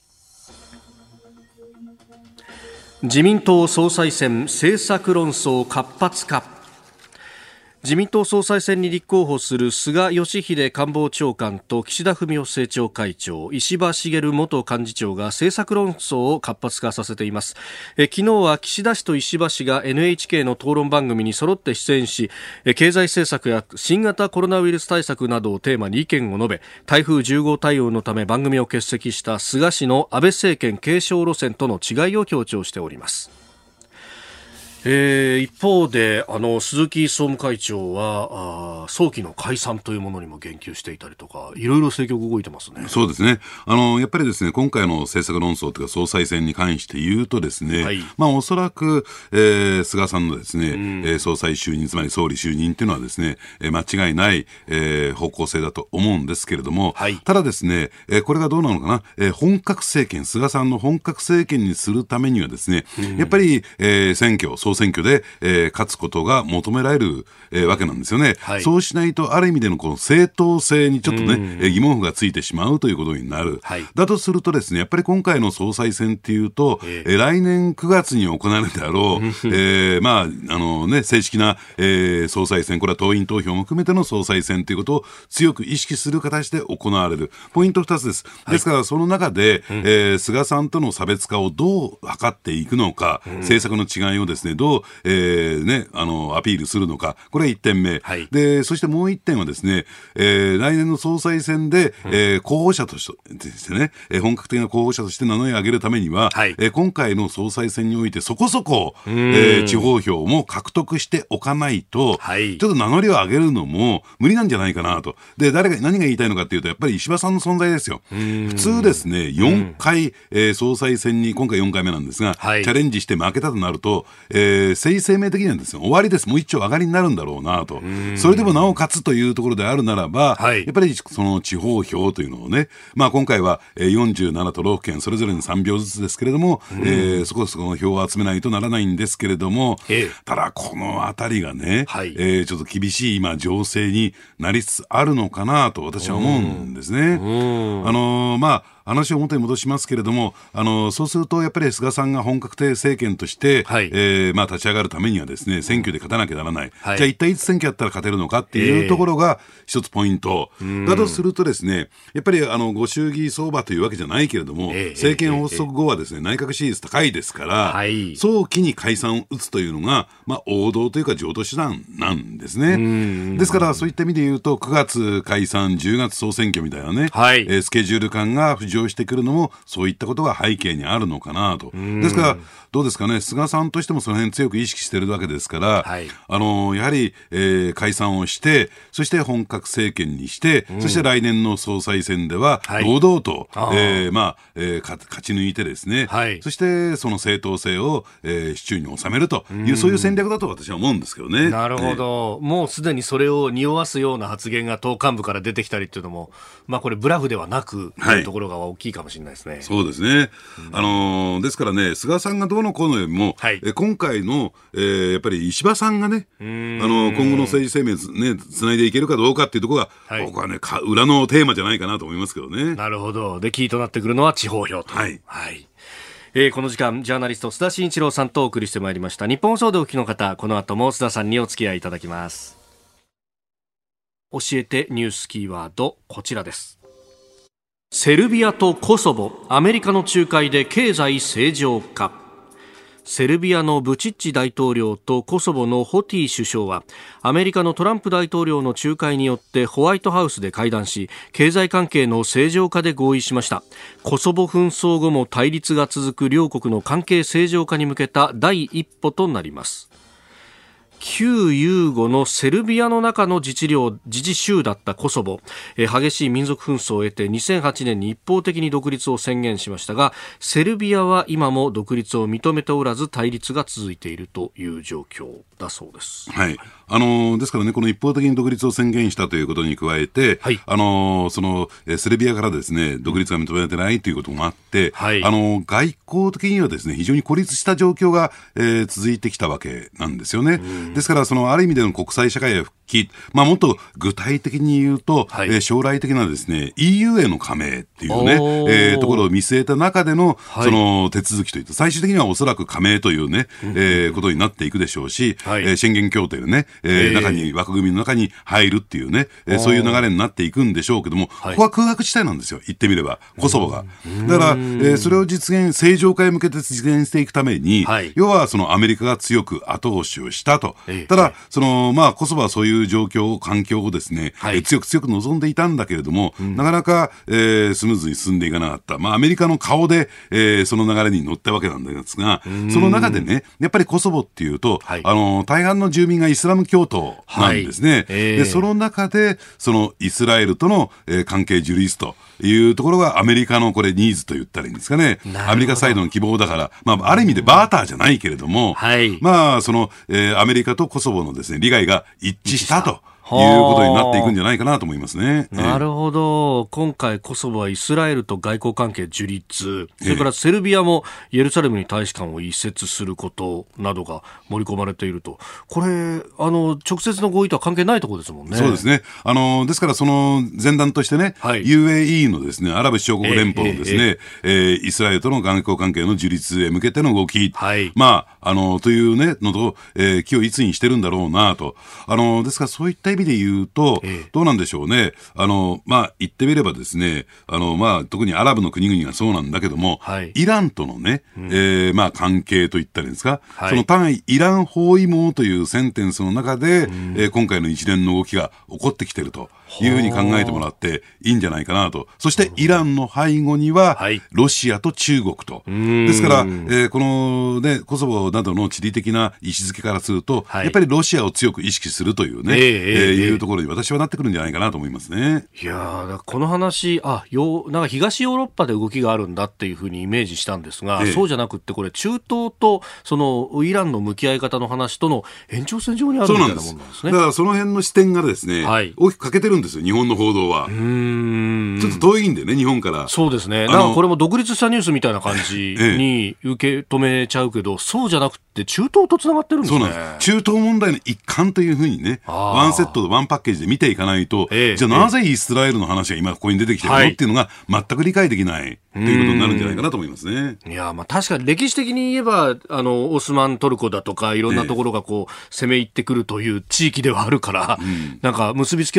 自民党総裁選政策論争活発化。自民党総裁選に立候補する菅義偉官房長官と岸田文雄政調会長、石破茂元幹事長が政策論争を活発化させています。え昨日は岸田氏と石破氏が エヌエイチケー の討論番組に揃って出演し、え経済政策や新型コロナウイルス対策などをテーマに意見を述べ、台風じゅうごう対応のため番組を欠席した菅氏の安倍政権継承路線との違いを強調しております。えー、一方であの鈴木総務会長はあ早期の解散というものにも言及していたりとか、いろいろ政局動いてますね。 そうですね、あのやっぱりですね、今回の政策論争というか総裁選に関して言うとですね、はい、まあ、おそらく、えー、菅さんのですね、うん、えー、総裁就任、つまり総理就任というのはですね、えー、間違いない、えー、方向性だと思うんですけれども、はい、ただですね、えー、これがどうなのかな、えー、本格政権、菅さんの本格政権にするためにはですね、うん、やっぱり、えー、選挙総選挙で、えー、勝つことが求められる、えー、わけなんですよね、はい、そうしないとある意味でのこの正当性にちょっとね、えー、疑問符がついてしまうということになる、はい、だとするとですね、やっぱり今回の総裁選っていうと、えー、来年くがつに行われるであろう、えー、まああのね、正式な、えー、総裁選、これは党員投票も含めての総裁選ということを強く意識する形で行われるポイントふたつです。ですからその中で、はい、えー、菅さんとの差別化をどう図っていくのか、うん、政策の違いをですね、どう、えーね、あのアピールするのか、これいってんめ、はい、でそしてもういってんはですね、えー、来年の総裁選で、うん、えー、候補者としてですね、えー、本格的な候補者として名乗り上げるためには、はい、えー、今回の総裁選においてそこそこ、えー、地方票も獲得しておかないと、はい、ちょっと名乗りを上げるのも無理なんじゃないかなと。で誰が何が言いたいのかというと、やっぱり石破さんの存在ですよ。普通ですね、よんかい、えー、総裁選に今回よんかいめなんですが、はい、チャレンジして負けたとなると、えー、政治生命的にはですね、終わりです、もう一丁上がりになるんだろうなと。それでもなおかつというところであるならば、はい、やっぱりその地方票というのをね、まあ、今回はよんじゅうなな都道府県それぞれにさんびょうずつですけれども、えー、そこそこの票を集めないとならないんですけれども、ええ、ただこのあたりがね、はい、えー、ちょっと厳しい今情勢になりつつあるのかなと私は思うんですね。あのー、まあ話を元に戻しますけれども、あのそうするとやっぱり菅さんが本格的政権として、はい、えーまあ、立ち上がるためにはですね、選挙で勝たなきゃならない、はい、じゃあ一体いつ選挙やったら勝てるのかっていうところが一つポイント、えー、だとするとですね、やっぱりあのご祝儀相場というわけじゃないけれども、えー、政権発足後はですね、内閣支持率高いですから、はい、早期に解散を打つというのが、まあ、王道というか常套手段なんですね。ですからそういった意味で言うとくがつ解散じゅうがつ総選挙みたいなね、はい、えー、スケジュール感が非常張してくるのもそういったことが背景にあるのかなと。ですからどうですかね、菅さんとしてもその辺強く意識しているわけですから、はい、あのやはり、えー、解散をしてそして本格政権にして、うん、そして来年の総裁選では堂々と、はい、えーまあえー、勝ち抜いてですね、はい、そしてその正当性を、えー、手中に収めるという、うん、そういう戦略だと私は思うんですけどね。 なるほど、えー、もうすでにそれを匂わすような発言が党幹部から出てきたりというのも、まあ、これブラフではなくというところが大きいかもしれないですね。はい、 そうですね、うん、あのー、ですからね、菅さんがどうのこうのよりも、はい、え今回の、えー、やっぱり石破さんがね、あの今後の政治生命ねつないでいけるかどうかっていうところが、はい、僕はねか裏のテーマじゃないかなと思いますけどね。 なるほど。でキーとなってくるのは地方票と。はい、はい、えー、この時間ジャーナリスト須田慎一郎さんとお送りしてまいりました。日本放送でお聞きの方、この後も須田さんにお付き合いいただきます。教えてニュースキーワード、こちらです。セルビアとコソボ、アメリカの仲介で経済正常化。セルビアのブチッチ大統領とコソボのホティ首相はアメリカのトランプ大統領の仲介によってホワイトハウスで会談し、経済関係の正常化で合意しました。コソボ紛争後も対立が続く両国の関係正常化に向けた第一歩となります。旧ユーゴのセルビアの中の自治領自治州だったコソボ、え激しい民族紛争を得てにせんはちねんに一方的に独立を宣言しましたが、セルビアは今も独立を認めておらず対立が続いているという状況だそうです。 はい、あのー、ですからね、この一方的に独立を宣言したということに加えて、はい、あのー、そのセルビアからですね独立が認められてないということもあって、はい、あのー、外交的にはですね非常に孤立した状況が、えー、続いてきたわけなんですよね。ですからそのある意味での国際社会へ復帰、まあ、もっと具体的に言うと、はい、えー、将来的なですね イーユー への加盟っていうね、えー、ところを見据えた中での、はい、その手続きといって最終的にはおそらく加盟というね、えー、ことになっていくでしょうし、はい、えー、宣言協定のね、えー、中に枠組みの中に入るっていうね、えー、そういう流れになっていくんでしょうけども、はい、ここは空白地帯なんですよ、言ってみればコソボが。だから、えー、それを実現正常化へ向けて実現していくために、はい、要はそのアメリカが強く後押しをしたと。ただその、まあ、コソボはそういう状況環境をですね、はい、え強く強く望んでいたんだけれども、うん、なかなか、えー、スムーズに進んでいかなかった、まあ、アメリカの顔で、えー、その流れに乗ったわけなんですが、その中でねやっぱりコソボっていうと、はい、あの大半の住民がイスラム教徒なんですね。はい、えー、でその中でそのイスラエルとの、えー、関係樹立というところがアメリカのこれニーズと言ったらいいんですかね。アメリカサイドの希望だから、まあ、ある意味でバーターじゃないけれども、はい、まあその、えー、アメリカとコソボのですね利害が一致したということになっていくんじゃないかなと思いますね。 なるほど。今回コソボはイスラエルと外交関係樹立、それからセルビアもイエルサレムに大使館を移設することなどが盛り込まれていると。これあの直接の合意とは関係ないところですもんね。 そうですね。あのですからその前段としてね、はい、ユーエーイー のですねアラブ首長国連邦のですね、えーえーえー、イスラエルとの外交関係の樹立へ向けての動き、はい、まああのというねのと、えー、気をいつにしてるんだろうなと。あのですからそういった意味で言うと、ええ、どうなんでしょうね。あの、まあ、言ってみればですね、あの、まあ、特にアラブの国々がそうなんだけども、はい、イランとのね、うん、えー、まあ、関係といったらいいんですか、はい、その対イラン包囲網というセンテンスの中で、うん、えー、今回の一連の動きが起こってきているというふうに考えてもらっていいんじゃないかなと。そしてイランの背後には、はい、ロシアと中国と。ですから、えー、この、ね、コソボなどの地理的な位置づけからすると、はい、やっぱりロシアを強く意識するというね、えーえー、いうところに私はなってくるんじゃないかなと思いますね。 いやー、この話、あ、よなんか東ヨーロッパで動きがあるんだっていうふうにイメージしたんですが、えー、そうじゃなくってこれ中東とそのイランの向き合い方の話との延長線上にあるみたいなものなんですね。 だからその辺の視点がですね、はい、大きく欠けてるんですよ、日本の報道は。うーん、ちょっと遠いんでね、日本から。 そうですね。なんかこれも独立したニュースみたいな感じに受け止めちゃうけど、ええ、そうじゃなくて中東とつながってるんですね。 そうなんです。中東問題の一環というふうにね、ワンセットワンパッケージで見ていかないと、ええ、じゃあなぜイスラエルの話が今ここに出てきてるの、はい、っていうのが全く理解できないということになるんじゃないかなと思いますね。 いや、まあ確かに歴史的に言えばあのオスマントルコだとかいろんなところがこう、ええ、攻め入ってくるという地域ではあるから、うん、なんか結びつきは強いんでしょう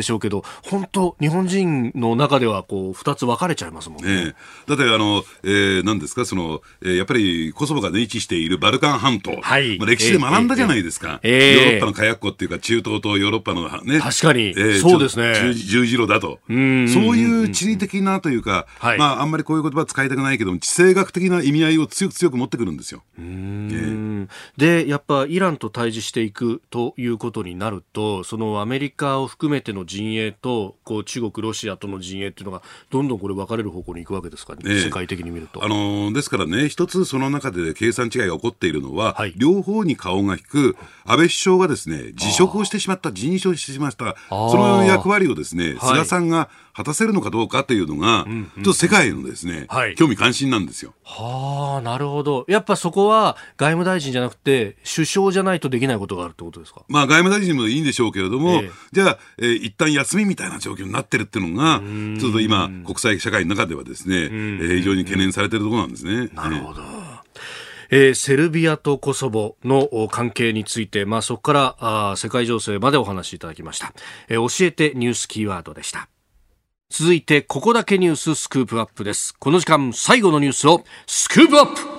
しょうけど、本当日本人の中ではこうふたつ分かれちゃいますもんね。 ねだってあの、えー、何ですかその、えー、やっぱりコソボが位置しているバルカン半島、はい、まあ、歴史で学んだじゃないですか、えーえー、ヨーロッパの火薬庫っていうか中東とヨーロッパのね、 確かに、えー、 そうですね、 十字路だと、うん、そういう地理的なというか、はい、まあ、あんまりこういう言葉使いたくないけども地政学的な意味合いを強く強く持ってくるんですよ。 うーん、えー、でやっぱイランと対峙していくということになると、そのアメリカを含めての陣営とこう中国ロシアとの陣営っていうのがどんどんこれ分かれる方向に行くわけですかね、えー、世界的に見ると。 あのー、ですからね、一つその中で計算違いが起こっているのは、はい、両方に顔が引く安倍首相がですね辞職をしてしまった、辞任をしてしまった、その役割をですね、はい、菅さんが果たせるのかどうかというのが、うんうん、ちょっと世界のですね、はい、興味関心なんですよ。 はあ、なるほど。やっぱそこは外務大臣じゃなくて首相じゃないとできないことがあるってことですか。 まあ外務大臣もいいんでしょうけれども、えー、じゃあ、えー、一旦休みみたいな状況になってるっていうのがちょっと今国際社会の中ではですね、えー、非常に懸念されているところなんですね。 なるほど。えー、セルビアとコソボの関係について、まあ、そこからあ世界情勢までお話しいただきました。えー、教えてニュースキーワードでした。続いてここだけニューススクープアップです。この時間最後のニュースをスクープアップ。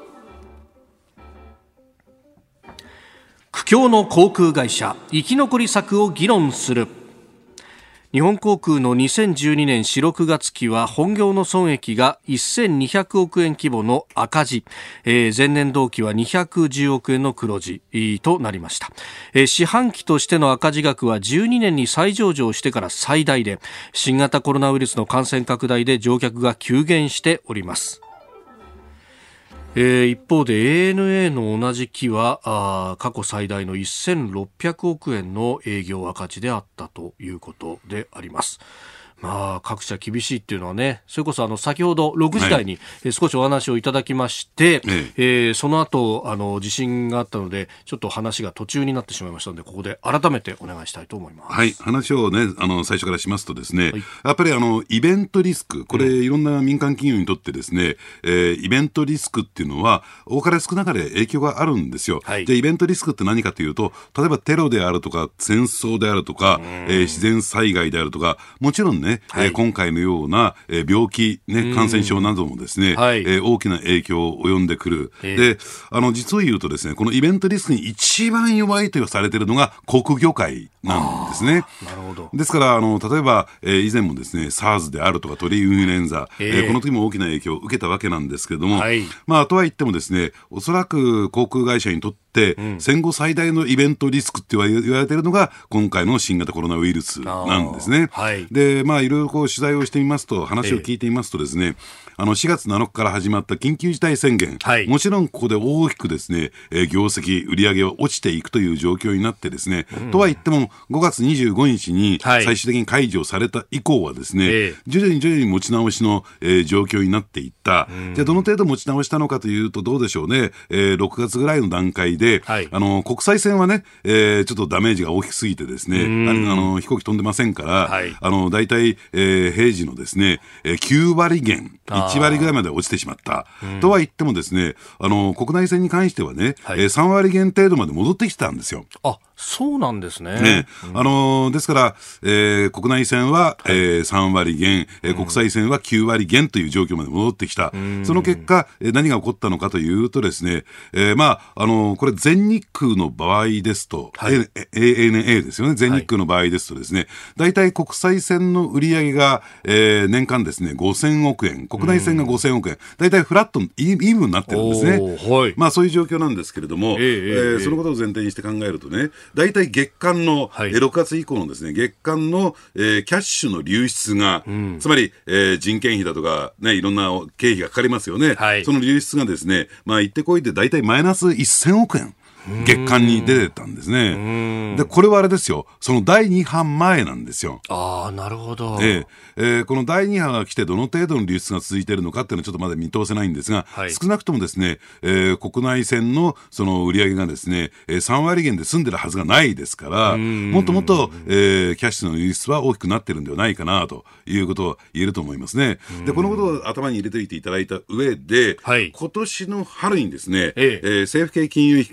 苦境の航空会社、生き残り策を議論する。日本航空のにせんじゅうにねんしろくがつ期は本業の損益がせんにひゃくおくえん規模の赤字、えー、前年同期はにひゃくじゅうおくえんの黒字となりました。えー、四半期としての赤字額はじゅうにねんに再上場してから最大で、新型コロナウイルスの感染拡大で乗客が急減しております。えー、一方で エーエヌエー の同じ期はあ過去最大のせんろっぴゃくおくえんの営業赤字であったということであります。まあ、各社厳しいっていうのはね、それこそあの先ほどろくじ台に少しお話をいただきまして、はい、えー、その後あの地震があったのでちょっと話が途中になってしまいましたので、ここで改めてお願いしたいと思います。 はい、話をねあの最初からしますとですね、はい、やっぱりあのイベントリスク、これ、うん、いろんな民間企業にとってですね、えー、イベントリスクっていうのは多かれ少なかれ影響があるんですよ。はい、でイベントリスクって何かというと、例えばテロであるとか戦争であるとか、えー、自然災害であるとか、もちろんね、はい、えー、今回のような、えー、病気、ね、感染症などもですね、はい、えー、大きな影響を及んでくる。えー、で、あの実を言うとですね、このイベントリスクに一番弱いとされているのが航空業界なんですね。 なるほど。 ですからあの例えば、えー、以前もですね SARS であるとか鳥インフルエンザ、えーえー、この時も大きな影響を受けたわけなんですけれども、はい、まあとは言ってもですね、おそらく航空会社にとってうん、戦後最大のイベントリスクって言われているのが今回の新型コロナウイルスなんですね。はい、でまあいろいろこう取材をしてみますと、話を聞いてみますとですね、えー、あのしがつなのかから始まった緊急事態宣言、はい、もちろんここで大きくですね、えー、業績売上は落ちていくという状況になってですね、うん、とは言ってもごがつにじゅうごにちに最終的に解除された以降はですね、はい、徐々に徐々に持ち直しの、えー、状況になっていった。うん、じゃあどの程度持ち直したのかというとどうでしょうね、えー、ろくがつぐらいの段階で、はい、あの国際線はね、えー、ちょっとダメージが大きすぎてですね、あの飛行機飛んでませんから、はい、あのだいたい、えー、平時のですね、えー、きゅうわり減、いちわりぐらいまで落ちてしまった。とは言ってもですね、あの国内線に関してはね、はい、えー、さんわり減程度まで戻ってきたんですよ。 あ、そうなんですね。 ね、うん、あのー、ですから、えー、国内線は、はい、えー、さんわり減、えー、国際線はきゅうわり減という状況まで戻ってきた。うん、その結果、えー、何が起こったのかというとですね、えー、まあ、あのー、これ全日空の場合ですと、はい、エーエヌエー ですよね。全日空の場合ですとですね、だいたい国際線の売上が、えー、年間ですね、ごせんおくえん、国内線がごせんおくえん、だいたいフラット、イーブンになってるんですね。はい、まあそういう状況なんですけれども、えーえー、そのことを前提にして考えるとね、だいたい月間の、はい、ろくがつ以降のですね、月間の、えー、キャッシュの流出が、うん、つまり、えー、人件費だとか、ね、いろんな経費がかかりますよね。はい、その流出がですね、まあ行ってこいでだいたいマイナスせんおくえん。月間に出てたんですね。でこれはあれですよ、そのだいに波前なんですよ。 ああ、なるほど。 えーえー、このだいに波が来てどの程度の流出が続いているのかっていうのはちょっとまだ見通せないんですが、はい、少なくともですね、えー、国内線のその売り上げがですね、えー、さんわり減で済んでるはずがないですから、もっともっと、えー、キャッシュの流出は大きくなってるんではないかなということを言えると思いますね。でこのことを頭に入れておいていただいた上で、はい、今年の春にですね、えええー、政府系金融機関、あ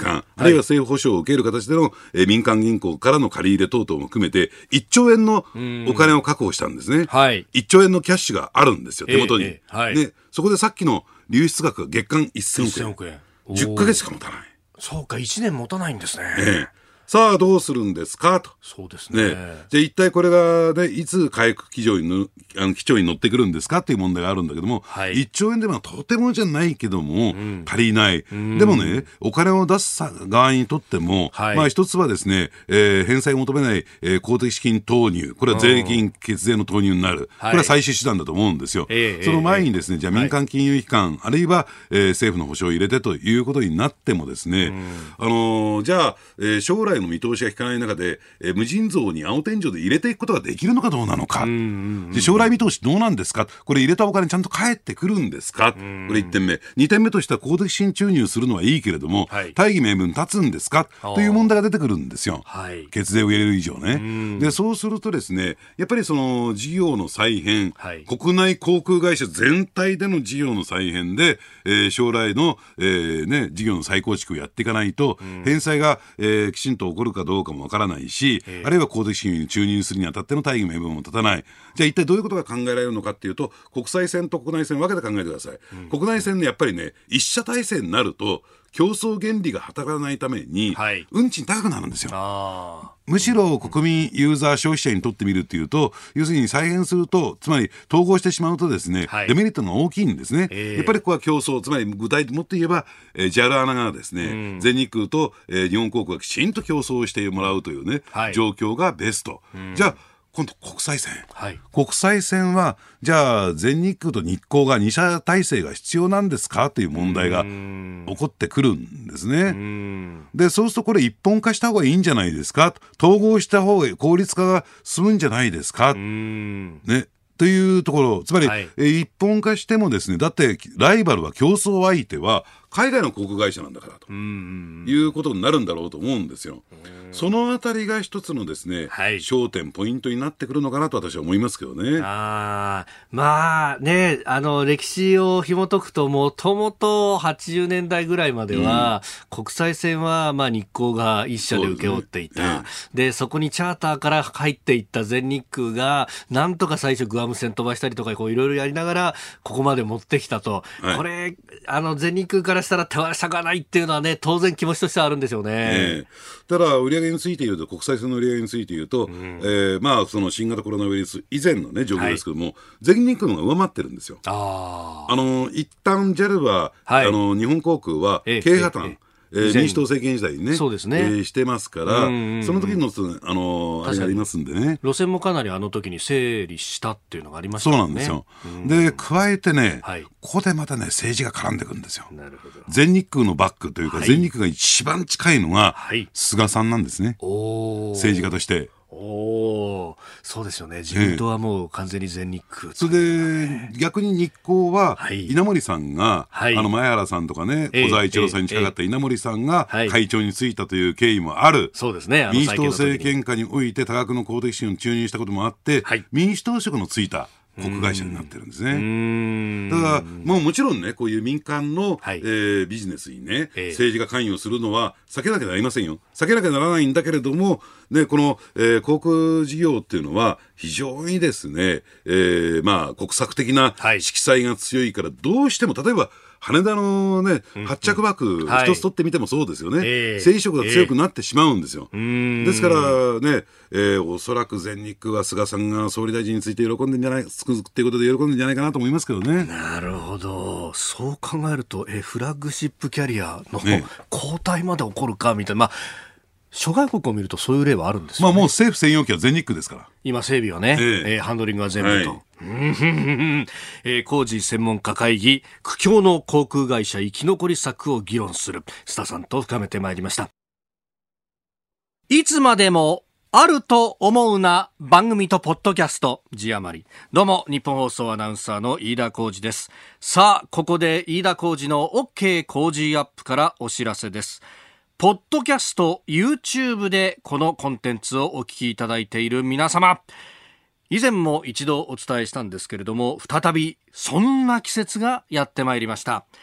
るいは政府保証を受ける形での、えー、民間銀行からの借り入れ等々も含めていっちょうえんのお金を確保したんですね、はい、いっちょうえんのキャッシュがあるんですよ手元に、えーえーはい、でそこでさっきの流出額が月間せんおくえん、じゅっかげつしか持たない。 そうか、いちねん持たないんですね、えーさあどうするんですかと。 そうですね。 ね、じゃあ一体これが、ね、いつ回復基準にのあの基調に乗ってくるんですかっていう問題があるんだけども、はい、いっちょうえんでもとてもじゃないけども、うん、足りない、うん、でもねお金を出す側にとっても、はい、まあ一つはですね、えー、返済を求めない、えー、公的資金投入、これは税金、うん、血税の投入になる、はい、これは最終手段だと思うんですよ、えー、その前にですね、えー、じゃあ民間金融機関、はい、あるいは、えー、政府の保証を入れてということになってもですね、うん、あのー、じゃあ、えー、将来の見通しが効かない中で、えー、無尽蔵に青天井で入れていくことができるのかどうなのか、うんうんうん、で将来見通しどうなんですか、これ入れたお金ちゃんと返ってくるんですか、うん、これいってんめ。にてんめとしては公的資金注入するのはいいけれども、はい、大義名分立つんですかという問題が出てくるんですよ、はい、血税を入れる以上ね、うん、でそうするとですね、やっぱりその事業の再編、はい、国内航空会社全体での事業の再編で、えー、将来の、えーね、事業の再構築をやっていかないと、うん、返済が、えー、きちんと起こるかどうかもわからないし、あるいは公的資金に注入するにあたっての大義名分も立たない。じゃあ一体どういうことが考えられるのかっていうと、国際線と国内線分けて考えてください、うん、国内線ねやっぱりね一社体制になると競争原理が働かないために、はい、運賃高くなるんですよ。あむしろ国民ユーザー消費者にとってみるっていうと、要するに再編すると、つまり統合してしまうとですね、はい、デメリットが大きいんですね、えー、やっぱりここは競争、つまり具体的にもっと言えば、えー、ジャル アナがですね、うん、全日空と、えー、日本航空がきちんと競争してもらうというね、はい、状況がベスト、うん、じゃあ今度国際線、はい、国際線はじゃあ全日空と日航がに社体制が必要なんですかという問題が起こってくるんですね。うんでそうするとこれ一本化した方がいいんじゃないですか、統合した方が効率化が進むんじゃないですか、うんねというところ、つまり、はい、え一本化してもですね、だってライバルは競争相手は海外の航空会社なんだからということになるんだろうと思うんですよ。そのあたりが一つのですね、はい、焦点ポイントになってくるのかなと私は思いますけどね。 あまあね、あの歴史を紐解くともともとはちじゅうねんだいぐらいまでは、うん、国際線はまあ日航が一社で請け負っていた。で、ねええ、でそこにチャーターから入っていった全日空がなんとか最初グアム線飛ばしたりとかいろいろやりながらここまで持ってきたと、はい、これあの全日空からしたら手はしたくはないっていうのはね、当然気持ちとしてはあるんでしょうね。ええ、 ただ売上について言うと、国際線の売上について言うと、うん、えー、まあその新型コロナウイルス以前のね状況ですけども、はい、全日空の方が上回ってるんですよ。ああの一旦 ジャル は、はい、あの日本航空は経営破綻、えええええー、民主党政権時代にね、そうですね、えー、してますから、うんうんうん、その時の、あのー、あれがありますんでね、 路線もかなりあの時に整理したっていうのがありましたね。 そうなんですよ、うん、で加えてね、はい、ここでまたね政治が絡んでくるんですよ。なるほど。全日空のバックというか、はい、全日空が一番近いのが、はい、菅さんなんですね、お政治家として。 おそうですよね。自民党はもう完全に全日空、 ええ、それで逆に日光は稲盛さんが、はい、あの前原さんとかね、ええ、小沢一郎さんに近かった稲盛さんが会長に就いたという経緯もある、はい、そうですね、民主党政権下において多額の公的資金を注入したこともあって、はい、民主党色のついた航空会社になってるんですね。うーんだからもうもちろんね、こういう民間の、はい、えー、ビジネスにね、えー、政治が関与するのは避けなきゃなりませんよ。避けなきゃならないんだけれども、ね、この、えー、航空事業っていうのは非常にですね、えー、まあ国策的な色彩が強いから、どうしても例えば羽田のね、発着枠一つ取ってみてもそうですよね、はい、政治色が強くなってしまうんですよ、えー、ですからね、えー、おそらく全日空は菅さんが総理大臣について喜んでんじゃないつくづくっていうことで喜んでんじゃないかなと思いますけどね。 なるほど。そう考えると、えー、フラッグシップキャリアの、ね、交代まで起こるかみたいな、まあ諸外国を見るとそういう例はあるんですよね。 まあもう政府専用機は全日空ですから。 今整備はね、えーえー、ハンドリングは全部と、はい、えー、工事専門家会議、苦境の航空会社生き残り策を議論する須田さんと深めてまいりました。いつまでもあると思うな番組とポッドキャスト字余り。どうも日本放送アナウンサーの飯田浩司です。さあここで飯田浩司の OK 工事アップからお知らせです。ポッドキャスト YouTube でこのコンテンツをお聞きいただいている皆様、以前も一度お伝えしたんですけれども、再びそんな季節がやってまいりました。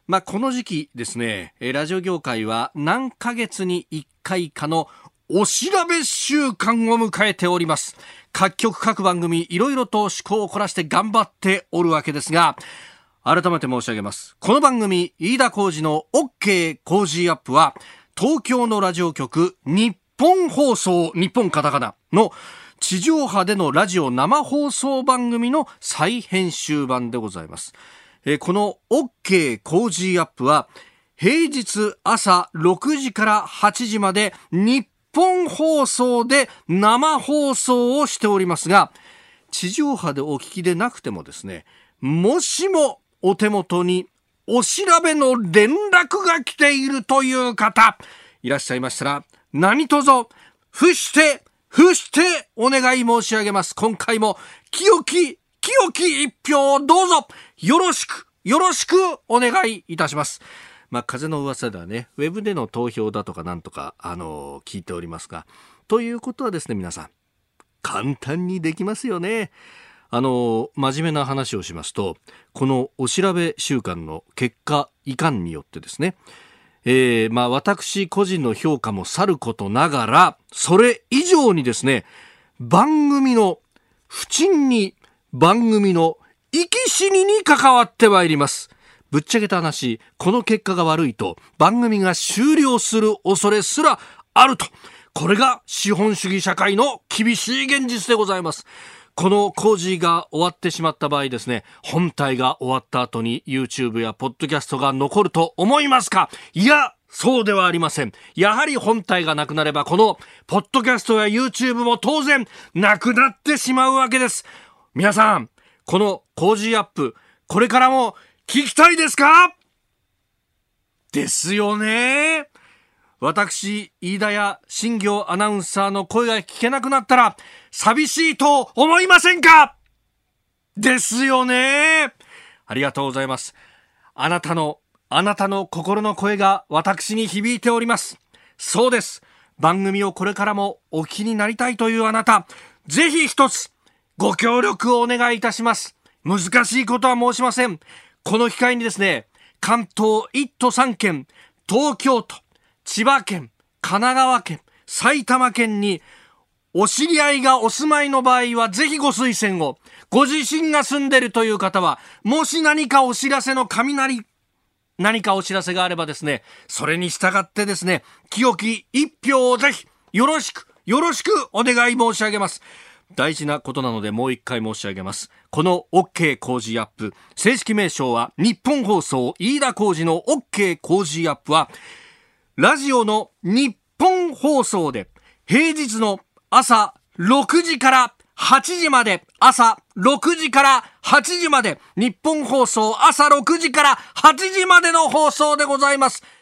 まあ、この時期ですね、ラジオ業界は何ヶ月にいっかいかのお調べ週間を迎えております。各局各番組いろいろと趣向を凝らして頑張っておるわけですが、改めて申し上げます。この番組飯田浩司の OK 工事アップは東京のラジオ局日本放送、日本カタカナの地上波でのラジオ生放送番組の再編集版でございます。えこの OK 工事アップは平日朝ろくじからはちじまで日本放送で生放送をしておりますが、地上波でお聞きでなくてもですね、もしもお手元にお調べの連絡が来ているという方いらっしゃいましたら、何卒伏して伏してお願い申し上げます。今回も清き清き一票をどうぞよろしくよろしくお願いいたします。まあ、風の噂ではね、ウェブでの投票だとかなんとか、あのー、聞いておりますが、ということはですね、皆さん簡単にできますよね。あのー、真面目な話をしますと、このお調べ週間の結果いかんによってですね、えー、まあ私個人の評価もさることながら、それ以上にですね、番組の不沈に、番組の生き死にに関わってまいります。ぶっちゃけた話、この結果が悪いと番組が終了する恐れすらあると。これが資本主義社会の厳しい現実でございます。この工事が終わってしまった場合ですね、本体が終わった後に YouTube やポッドキャストが残ると思いますか？いや、そうではありません。やはり本体がなくなれば、このポッドキャストや YouTube も当然なくなってしまうわけです。皆さん、この工事アップ、これからも聞きたいですか？ですよね。私、飯田や新業アナウンサーの声が聞けなくなったら寂しいと思いませんか？ですよね。ありがとうございます。あなたのあなたの心の声が私に響いております。そうです。番組をこれからもお聞きになりたいというあなた、ぜひ一つご協力をお願いいたします。難しいことは申しません。この機会にですね、関東いっ都さん県、東京都、千葉県、神奈川県、埼玉県にお知り合いがお住まいの場合はぜひご推薦を。ご自身が住んでいるという方は、もし何かお知らせの雷、何かお知らせがあればですね、それに従ってですね、清き一票をぜひよろしくよろしくお願い申し上げます。大事なことなのでもう一回申し上げます。この OK 工事アップ、正式名称は日本放送飯田浩司の OK 工事アップは、ラジオの日本放送で平日の朝ろくじからはちじまで、朝ろくじからはちじまで、日本放送朝ろくじからはちじまでの放送でございます。